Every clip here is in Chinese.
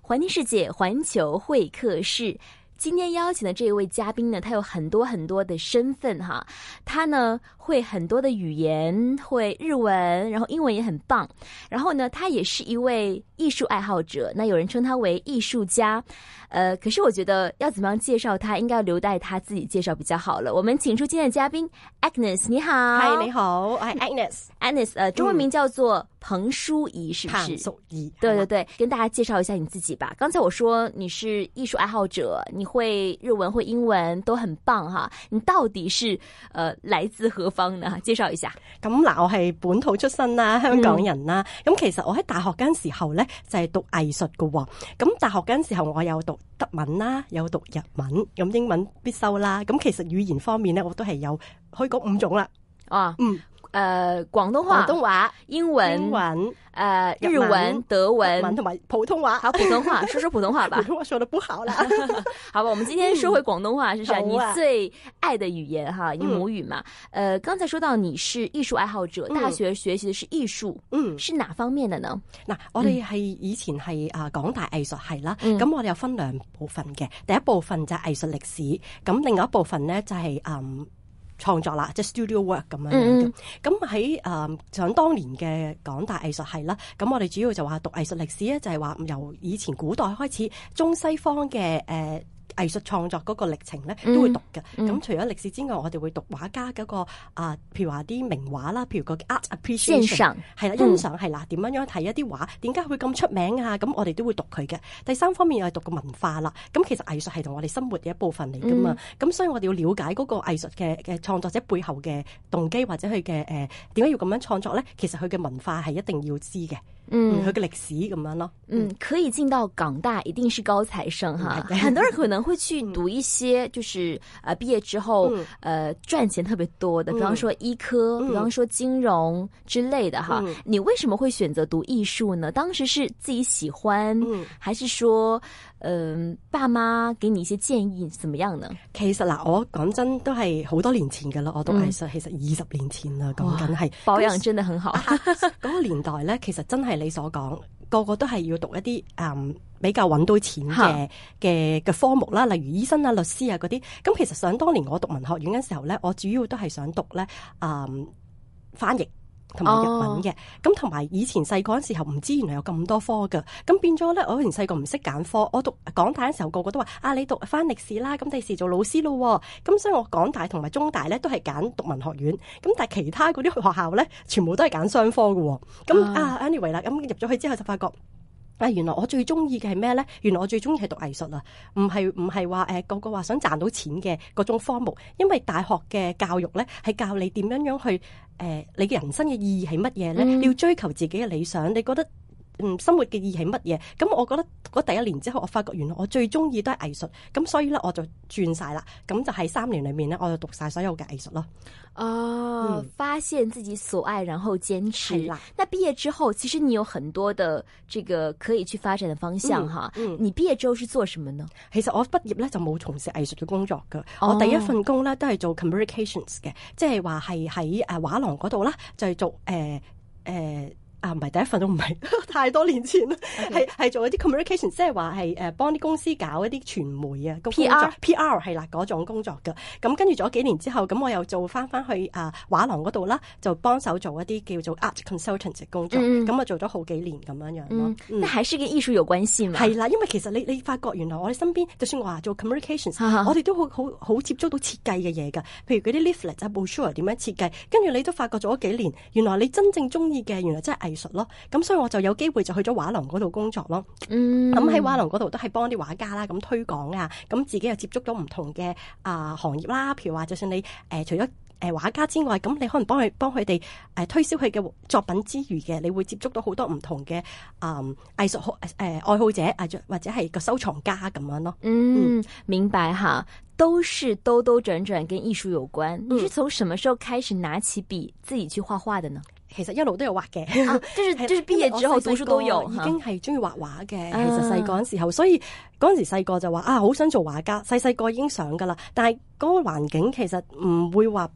环听世界环球会客室，今天邀请的这一位嘉宾呢，他有很多很多的身份哈。他呢会很多的语言，会日文，然后英文也很棒。然后呢，他也是一位艺术爱好者，那有人称他为艺术家。可是我觉得要怎么样介绍他，应该要留待他自己介绍比较好了。我们请出今天的嘉宾 Agnes， 你好。 嗨，你好，我係 Agnes。Agnes， 中文名叫做彭淑仪，是不是？ 彭淑儀， 对对对，跟大家介绍一下你自己吧。刚才我说你是艺術愛好者，你會日文會英文都很棒哈。你到底是來自何方呢？介紹一下。 咁嗱，我係本土出身啦，香港人啦。咁其實我喺大學嗰陣時候咧就係讀藝術㗎喎。咁大學嗰陣時候我有讀德文啦，有讀日文，咁英文必修啦。咁其實語言方面咧，我都係有可以講5種啦。 廣東話、英文、日文、德文同埋普通話。 好，普通話，說普通話吧。 普通話說得不好啦。 好吧，我們今天說回廣東話，是你最愛的語言哈，你母語嘛。剛才說到你是藝術愛好者，大學學習的是藝術，是哪方面的呢？ 嗱，我哋係以前係港大藝術系啦，咁我哋有分2部分嘅，第一部分就係藝術歷史，咁另外一部分咧就係創作啦，即係 studio work 咁樣嘅。咁喺想當年嘅港大藝術系啦，咁我哋主要就話讀藝術歷史咧，就係話由以前古代開始，中西方嘅藝術創作嗰個歷程咧都會讀嘅。咁除咗歷史之外，我哋會讀畫家嗰個譬如話啲名畫啦，譬如個 art appreciation 係啦，欣賞係啦，點樣睇一啲畫，點解會咁出名啊？咁我哋都會讀佢嘅。第3方面又係讀個文化啦。咁其實藝術係同我哋生活嘅一部分嚟噶嘛。咁所以我哋要了解嗰個藝術嘅創作者背後嘅動機或者佢嘅點解要咁樣創作咧？其實佢嘅文化係一定要知嘅。佢嘅歷史咁樣咯。 可以進到港大一定是高材生哈。很多人可能會去讀一些就是畢業之後賺錢特別多的，比方說醫科，比方說金融之類的哈。你為什麼會選擇讀藝術呢？當時是自己喜歡，還是說爸媽給你一些建議，怎麼樣呢？ 其實嗱，我講真都係好多年前㗎啦，我讀藝術其實20年前啦，講緊係保養真的很好。 嗰個年代咧，其實真係你所講，個個都係要讀一啲比較揾到錢嘅科目啦，例如醫生啊、律師啊嗰啲。咁其實想當年我讀文學院嘅時候咧，我主要都係想讀咧翻譯同埋日文嘅。咁同埋以前細個嗰時候唔知原來有咁多科㗎，咁變咗咧，我以前細個唔識揀科，我讀港大嘅時候個個都話你讀翻歷史啦，咁第時做老師咯。咁所以我港大同埋中大咧都係揀讀文學院，咁但係其他嗰啲學校咧全部都係揀商科㗎。咁anyway 啦，咁入咗去之後就發覺原來我最中意嘅係咩咧？原來我最中意係讀藝術啦，唔係話個個話想賺到錢嘅嗰種科目，因為大學嘅教育咧係教你點樣去你嘅人生嘅意義係乜嘢咧？你要追求自己嘅理想，你覺得生活嘅意義係乜嘢？咁我覺得嗰第1年之後，我發覺原來我最中意都係藝術，咁所以咧我就轉晒啦。咁就喺3年裏面咧，我就讀晒所有嘅藝術咯。 發現自己所愛，然後堅持。那畢業之後，其實你有很多的這個可以去發展的方向哈。你畢業之後是做什麼呢？ 其實我畢業咧就冇從事藝術嘅工作噶。我第一份工咧都係做 communications 嘅，即係話係喺畫廊嗰度啦，就係做唔係第一份都唔係，太多年前啦，係做一啲 communication， 即係話係幫啲公司搞一啲傳媒啊，PR 係啦嗰種工作㗎。咁跟住做咗幾年之後，咁我又做翻去畫廊嗰度啦，就幫手做一啲叫做 art consultant 嘅工作。咁啊做咗好幾年咁樣樣咯。 但還是跟藝術有關係嘛？ 係啦，因為其實你發覺原來我哋身邊，就算我話做 communications，我哋都好接觸到設計嘅嘢㗎。譬如嗰啲 leaflet 啊、brochure 點樣設計，跟住你都發覺做咗幾年，原來你真正中意嘅原來真係藝術咯。咁所以我就有機會就去咗畫廊嗰度工作咯。咁喺畫廊嗰度都係幫啲畫家啦，咁推廣啊，咁自己又接觸到唔同嘅行業啦。譬如話就算你除咗畫家之外，咁你可能幫佢哋推銷佢嘅作品之餘嘅，你會接觸到好多唔同嘅藝術愛好者或者係個收藏家咁樣咯。 明白哈，都是兜兜轉轉跟藝術有關。你是從什麼時候開始拿起筆自己去畫畫的呢？ 其實一路都有畫嘅， 就是畢業之後讀書都有， 已經係中意畫畫嘅。其實細個嗰陣時候，所以嗰陣時細個就話好想做畫家，細個已經想噶啦。但係嗰個環境其實唔會話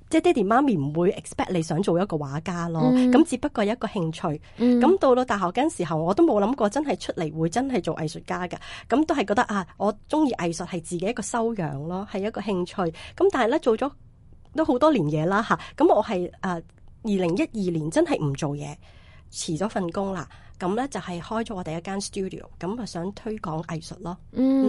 即係爹哋媽咪唔會 expect 你想做一個畫家咯，咁只不過係一個興趣。咁到到大學嗰陣時候，我都冇諗過真係出嚟會真係做藝術家㗎。咁都係覺得我中意藝術係自己一個修養咯，係一個興趣。咁但係咧做咗都好多年嘢啦吓，咁我係2012年真係唔做嘢，辭咗份工啦。咁咧就係開咗我哋一間 studio， 咁想推廣藝術咯。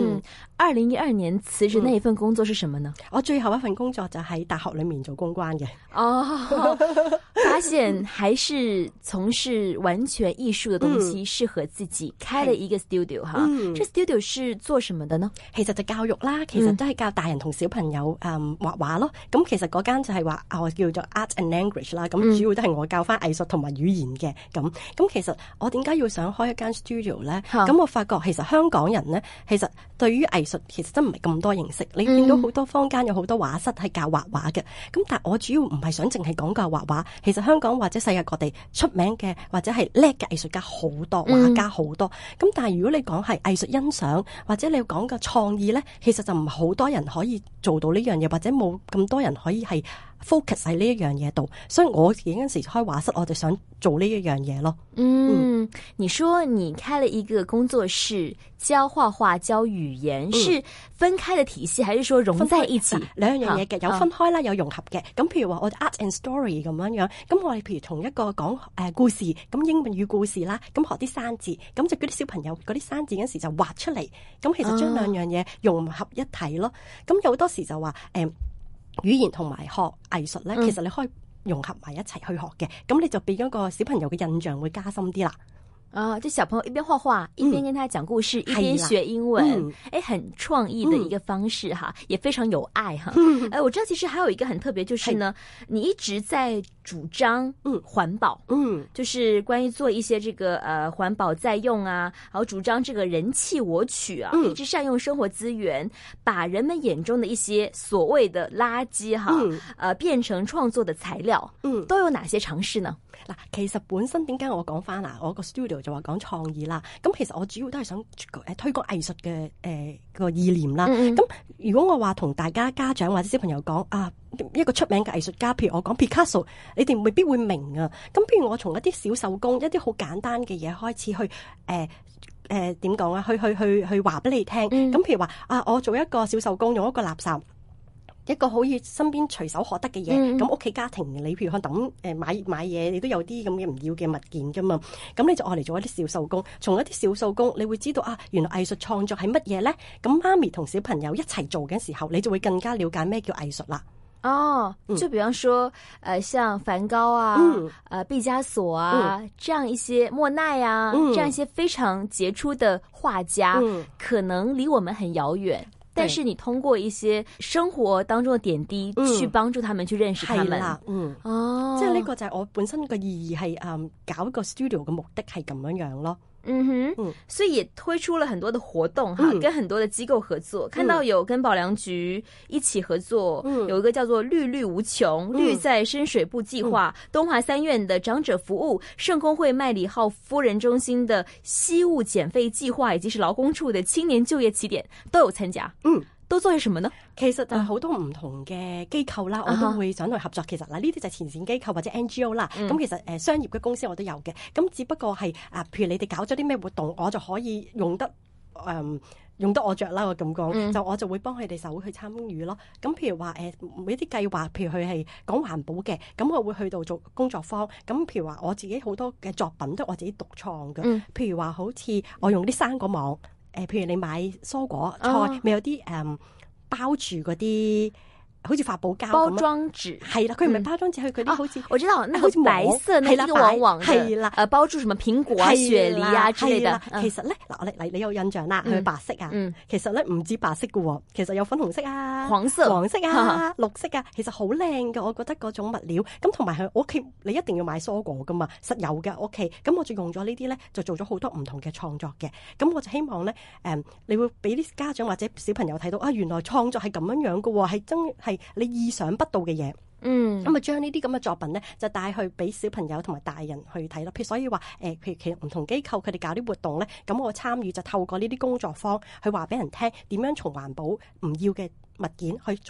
2012年辭職那一份工作是什麼呢？ 我最後一份工作就喺大學裏面做公關嘅。 發現還是從事完全藝術的東西適合自己，開了一個 studio 哈。這 studio 是做什麼的呢？ 其實就教育啦，其實都係教大人同小朋友畫畫咯。咁其實嗰間就係話我叫做 Art and Language 啦。咁主要都係我教翻藝術同埋語言嘅。咁其實我點解要想開一間 studio 咧？咁我發覺其實香港人咧，其實對於藝術其實真唔係咁多認識。你見到好多坊間有好多畫室係教畫畫嘅。咁但係我主要唔係想淨係講教畫畫。其實香港或者世界各地出名嘅或者係叻嘅藝術家好多，畫家好多。咁但係如果你講係藝術欣賞或者你要講嘅創意咧，其實就唔係好多人可以做到呢樣嘢，或者冇咁多人可以係 focus 喺呢一樣嘢度。所以我嗰陣時開畫室，我就想做呢一樣嘢咯。 你說你開了一個工作室，教畫畫、教語言，是分開的體系，還是說融在一起？ 兩樣嘢嘅，有分開啦，有融合嘅。咁譬如話我哋 art and story 咁樣，咁我哋譬如同一個講故事，咁英文語故事啦，咁學啲生字，咁就嗰啲小朋友嗰啲生字嗰時就畫出嚟，咁其實將兩樣嘢融合一體咯。咁有好多時就話語言同埋學藝術咧，其實你可以融合埋一齊去學嘅，咁你就俾嗰個小朋友嘅印象會加深啲啦。 就小朋友一邊畫畫，一邊跟他講故事，一邊學英文，很創意的一個方式哈，也非常有愛哈。我知道其實還有一個很特別，就是呢，你一直在主張環保，就是關於做一些這個環保再用啊，然後主張這個人棄我取啊，一直善用生活資源，把人們眼中的一些所謂的垃圾哈，變成創作的材料，都有哪些嘗試呢？ 嗱，其實本身點解我講翻我個 studio 就話講創意啦，咁其實我主要都係想推廣藝術嘅個意念啦。咁如果我話同大家家長或者小朋友講一個出名嘅藝術家，譬如我講 Picasso， 你哋未必會明啊。咁譬如我從一啲小手工、一啲好簡單嘅嘢開始去點講啊？去話俾你聽。咁譬如話我做一個小手工，用一個垃圾。一個好似身邊隨手可得嘅嘢，咁屋企家庭你譬如可能買嘢，你都有啲咁嘅唔要嘅物件噶嘛，咁你就愛嚟做一啲小手工，從一啲小手工你會知道原來藝術創作係乜嘢咧？咁媽咪同小朋友一齊做嘅時候，你就會更加了解咩叫藝術啦。 就比方說像梵高畢加索這樣一些莫奈這樣一些非常傑出的畫家，可能離我們很遙遠。但是你通過一些生活當中的點滴去幫助他們去認識他們， 即係呢個就係我本身個意義係搞一個 studio 嘅目的係咁樣咯。 所以也推出了很多的活動跟很多的機構合作，看到有跟保良局一起合作，有一個叫做綠綠無窮綠在深水埗計劃，東華三院的長者服務，聖公會麥理浩夫人中心的惜物減廢計劃，以及是勞工處的青年就業起點都有參加。都做些什麼呢？ 其實就係好多唔同嘅機構啦，我都會想去合作。其實嗱，呢啲就係前線機構或者 NGO 啦。咁其實商業嘅公司我都有嘅。咁只不過係譬如你哋搞咗啲咩活動，我就可以用得我着啦。我咁講，就我就會幫佢哋手去參與咯。咁譬如話每一啲計劃，譬如佢係講環保嘅，咁我會去到做工作坊。咁譬如話我自己好多嘅作品都我自己獨創嘅。譬如話好似我用啲生果網。譬如你買蔬果菜，咪有啲包住嗰啲好似發泡膠咁包裝紙， 係啦，佢唔係包裝紙，佢啲好似我知道，那個白色那個網網嘅，包住什麼蘋果雪梨之類的。 其實咧嗱，你有印象啦，係白色其實咧唔止白色嘅，其實有粉紅色黃色綠色其實好靚嘅，我覺得嗰種物料。咁同埋喺我屋企，你一定要買蔬果噶嘛，實有嘅屋企。咁我就用咗呢啲咧，就做咗好多唔同嘅創作嘅。咁我就希望咧，你會俾啲家長或者小朋友睇到原來創作係咁樣嘅，係真係你意想不到嘅嘢。咁啊將呢啲咁嘅作品咧，就帶去俾小朋友同埋大人去睇咯。譬如所以話譬如其實唔同機構佢哋搞啲活動咧，咁我參與就透過呢啲工作坊去話俾人聽點樣從環保唔要嘅物件去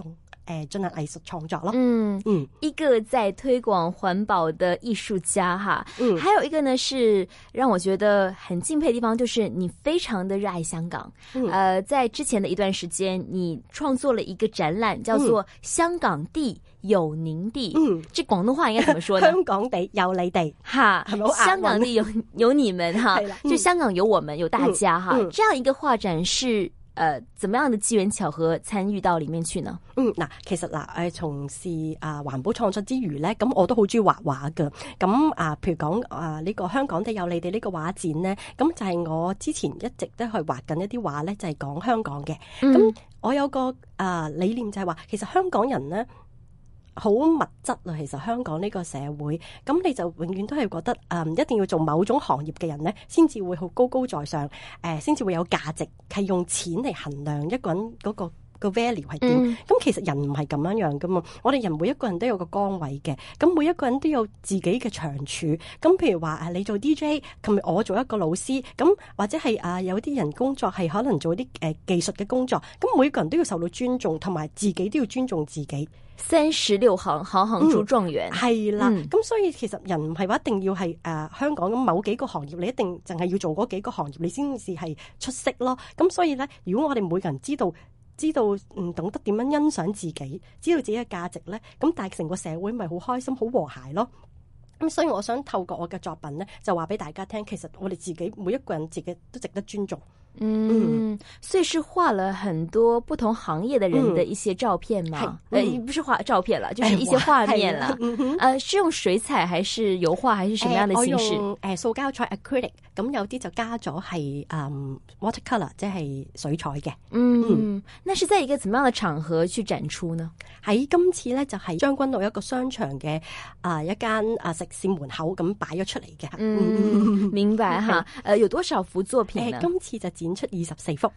進行藝術創作咯。 一個在推廣環保的藝術家哈，還有一個呢是讓我覺得很敬佩的地方，就是你非常的熱愛香港。在之前的一段時間，你創作了一個展覽，叫做《香港地有您地》。這廣東話應該怎麼說呢？ 香港地有你哋， 哈，香港地有你們哈，就香港有我們有大家哈。這樣一個畫展是怎麼樣的機緣巧合參與到裡面去呢？ 嗱，其實從事環保創作之餘咧，咁我都好中意畫畫㗎。咁譬如講呢個香港地有你哋呢個畫展咧，咁就係我之前一直都去畫緊一啲畫咧，就係講香港嘅。咁我有個理念就係話，其實香港人咧好物質啊，其實香港呢個社會，咁你就永遠都係覺得一定要做某種行業嘅人咧，先至會好高高在上，先至會有價值，係用錢嚟衡量一個人嗰個 value 係點。咁其實人唔係咁樣樣噶嘛，我哋人每一個人都有個崗位嘅，咁每一個人都有自己嘅長處。咁譬如話你做 DJ， 琴日我做一個老師，咁或者係有啲人工作係可能做啲技術嘅工作，咁每一個人都要受到尊重，同埋自己都要尊重自己。 36行，行行出狀元。 係啦，咁所以其實人唔係話一定要係香港咁某幾個行業，你一定淨係要做嗰幾個行業，你先至係出色咯。咁所以咧，如果我哋每個人知道懂得點樣欣賞自己，知道自己嘅價值咧，咁但係成個社會咪好開心、好和諧咯。咁所以我想透過我嘅作品咧，就話俾大家聽，其實我哋自己每一個人自己都值得尊重。 所以是畫了很多不同行業的人的一些照片嗎？不是畫照片了，就是一些畫面了。是用水彩還是油畫還是什麼樣的形式？ 我用塑膠彩 acrylic， 咁有啲就加咗係watercolor， 即係水彩嘅。 那是在一個怎麼樣的場合去展出呢？ 喺今次咧就係將軍澳一個商場嘅一間食肆門口咁擺咗出嚟嘅。 明白哈。有多少幅作品呢？ 今次就展出24幅。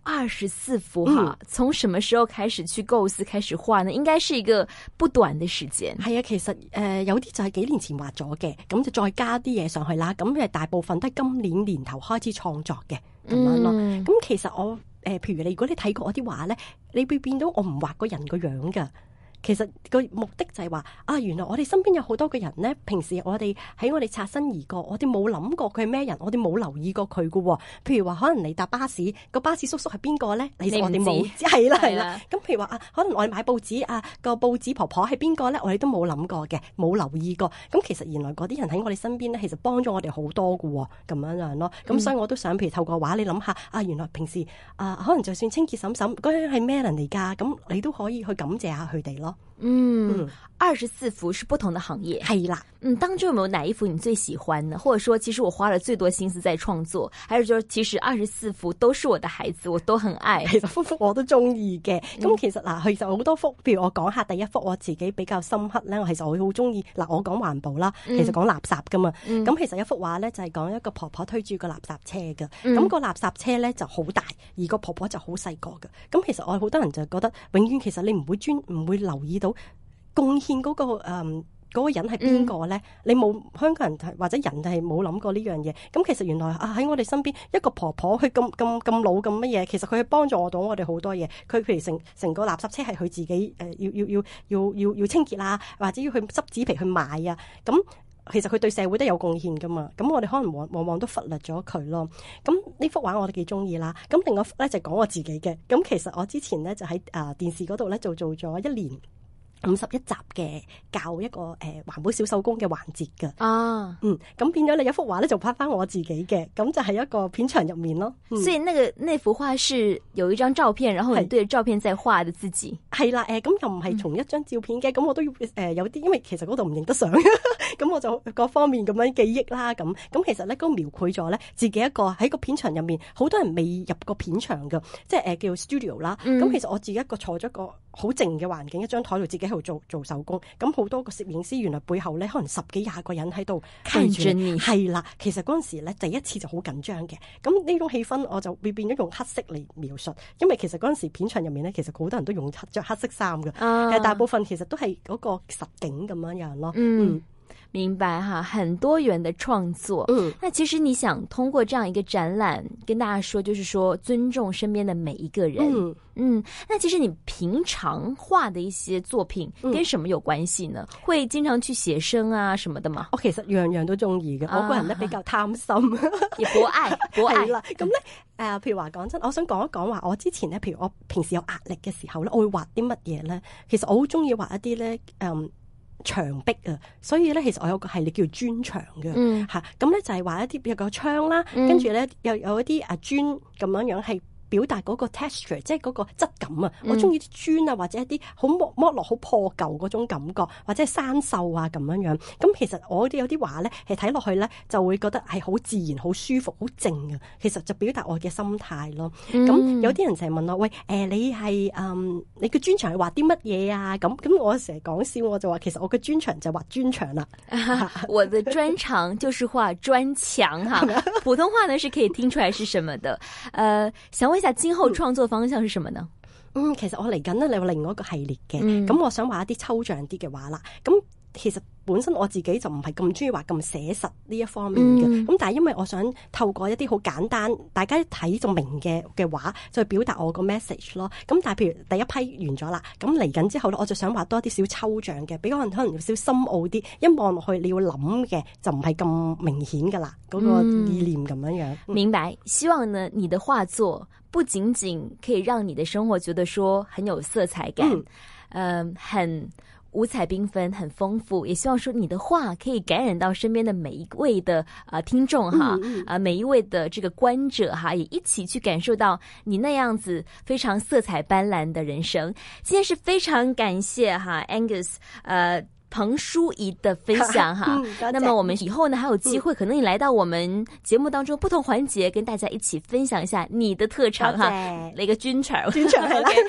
24幅哈，從什麼時候開始去構思開始畫呢？應該是一個不短的時間。 係啊，其實有啲就係幾年前畫咗嘅，咁就再加啲嘢上去啦。咁大部分都係今年年頭開始創作嘅咁樣咯。咁其實我譬如如果你睇過我啲畫咧，你會變到我唔畫個人個樣噶。其實個目的就係話原來我哋身邊有好多個人咧，平時我哋喺我哋擦身而過，我哋冇諗過佢係咩人，我哋冇留意過佢噶。譬如話可能你搭巴士，個巴士叔叔係邊個咧？其實我哋冇知，係啦。咁譬如話可能我哋買報紙個報紙婆婆係邊個咧？我哋都冇諗過嘅，冇留意過。咁其實原來嗰啲人喺我哋身邊咧，其實幫咗我哋好多噶，咁樣咯。咁所以我都想，譬如透過畫，你諗下原來平時可能就算清潔嬸嬸嗰樣係咩人嚟噶？咁你都可以去感謝下佢哋咯。 24幅是不同的行業。 係啦。 當中有沒有哪一幅你最喜歡呢？或者說其實我花了最多心思在創作，還是說其實24幅都是我的孩子，我都很愛。 其實幅幅我都中意嘅。咁其實其實好多幅，譬如我講下第一幅我自己比較深刻咧，其實我好中意。我講環保啦，其實講垃圾噶嘛。咁其實一幅畫咧就係講一個婆婆推住個垃圾車嘅。咁個垃圾車咧就好大，而個婆婆就好細個嘅。咁其實我好多人就覺得永遠其實你唔會留意到貢獻嗰個人係邊個咧？你冇香港人或者人係冇諗過呢樣嘢。咁其實原來喺我哋身邊一個婆婆，佢咁老咁乜嘢，其實佢係幫助到我哋好多嘢。佢譬如成個垃圾車係佢自己要清潔啦，或者要去執紙皮去賣啊。咁其實佢對社會都有貢獻噶嘛。咁我哋可能往往都忽略咗佢咯。咁呢幅畫我都幾中意啦。咁另外一幅咧就講我自己嘅。咁其實我之前咧就喺電視嗰度咧做咗1年51集嘅教一個環保小手工嘅環節㗎。咁變咗你一幅畫咧就拍翻我自己嘅，咁就係一個片場入面咯。 所以那幅畫是有一張照片，然後你對着照片在畫的自己。 係啦，咁又唔係從一張照片嘅，咁我都要有啲，因為其實嗰度唔認得相，咁我就各方面咁樣記憶啦。咁其實咧嗰描繪咗咧自己一個喺個片場入面，好多人未入過片場㗎，即係叫 studio 啦。咁其實我自己一個坐咗個好靜嘅環境，一張台度自己喺度做手工。咁好多個攝影師原來背後咧可能10幾20個人喺度看住你。 係啦，其實嗰陣時咧第一次就好緊張嘅。咁呢種氣氛我就會變咗用黑色嚟描述，因為其實嗰陣時片場入面咧其實好多人都用着黑色衫嘅，大部分其實都係嗰個實景咁樣樣咯。 明白哈，很多元的创作。那其实你想通过这样一个展览跟大家说，就是说尊重身边的每一个人。那其实你平常画的一些作品跟什么有关系呢？会经常去寫生啊什麼的嘛？ 我其實樣樣都中意嘅，我個人咧比較貪心， 也博愛。 係啦，咁咧譬如話講真，我想講一講話，我之前咧，譬如我平時有壓力嘅時候咧，我會畫啲乜嘢咧？其實我好中意畫一啲咧牆壁啊，所以咧其實我有個系列叫磚牆嘅嚇，咁咧就係畫一啲有個窗啦，跟住咧又有一啲磚咁樣係表達嗰個 texture， 即係嗰個質感啊！我中意啲磚啊，或者一啲好剝落好破舊嗰種感覺，或者係生鏽啊咁樣。咁其實我有啲畫咧，係睇落去咧就會覺得係好自然、好舒服、好靜啊。其實就表達我嘅心態咯。咁有啲人成日問我，喂，你係你嘅專長係畫啲乜嘢啊？咁我成日講笑，我就話其實我嘅專長就畫磚牆啦。 我的專長就是畫磚牆哈，普通話呢是可以聽出來是什麼的。想問下今後創作方向是什麼呢？ 其實我嚟緊咧有另外一個系列嘅，咁我想畫一啲抽象啲嘅畫啦。咁其實本身我自己就唔係咁中意畫咁寫實呢一方面嘅，咁但係因為我想透過一啲好簡單，大家睇就明嘅畫，就表達我個 message 咯。咁但係譬如第一批完咗啦，咁嚟緊之後咧，我就想畫多啲小抽象嘅，比可能有少深奧啲，一望落去你要諗嘅就唔係咁明顯噶啦，嗰個意念咁樣。 明白。希望呢你的畫作不僅僅可以讓你的生活覺得說很有色彩感，很五彩繽紛，很豐富，也希望說你的畫可以感染到身邊的每一位的聽眾哈，每一位的這個觀者哈，也一起去感受到你那樣子非常色彩斑斕的人生。今天是非常感謝哈 Angus 彭淑儀的分享哈，那麼我們以後呢還有機會，可能你來到我們節目當中不同環節，跟大家一起分享一下你的特長哈，嚟個磚牆係啦。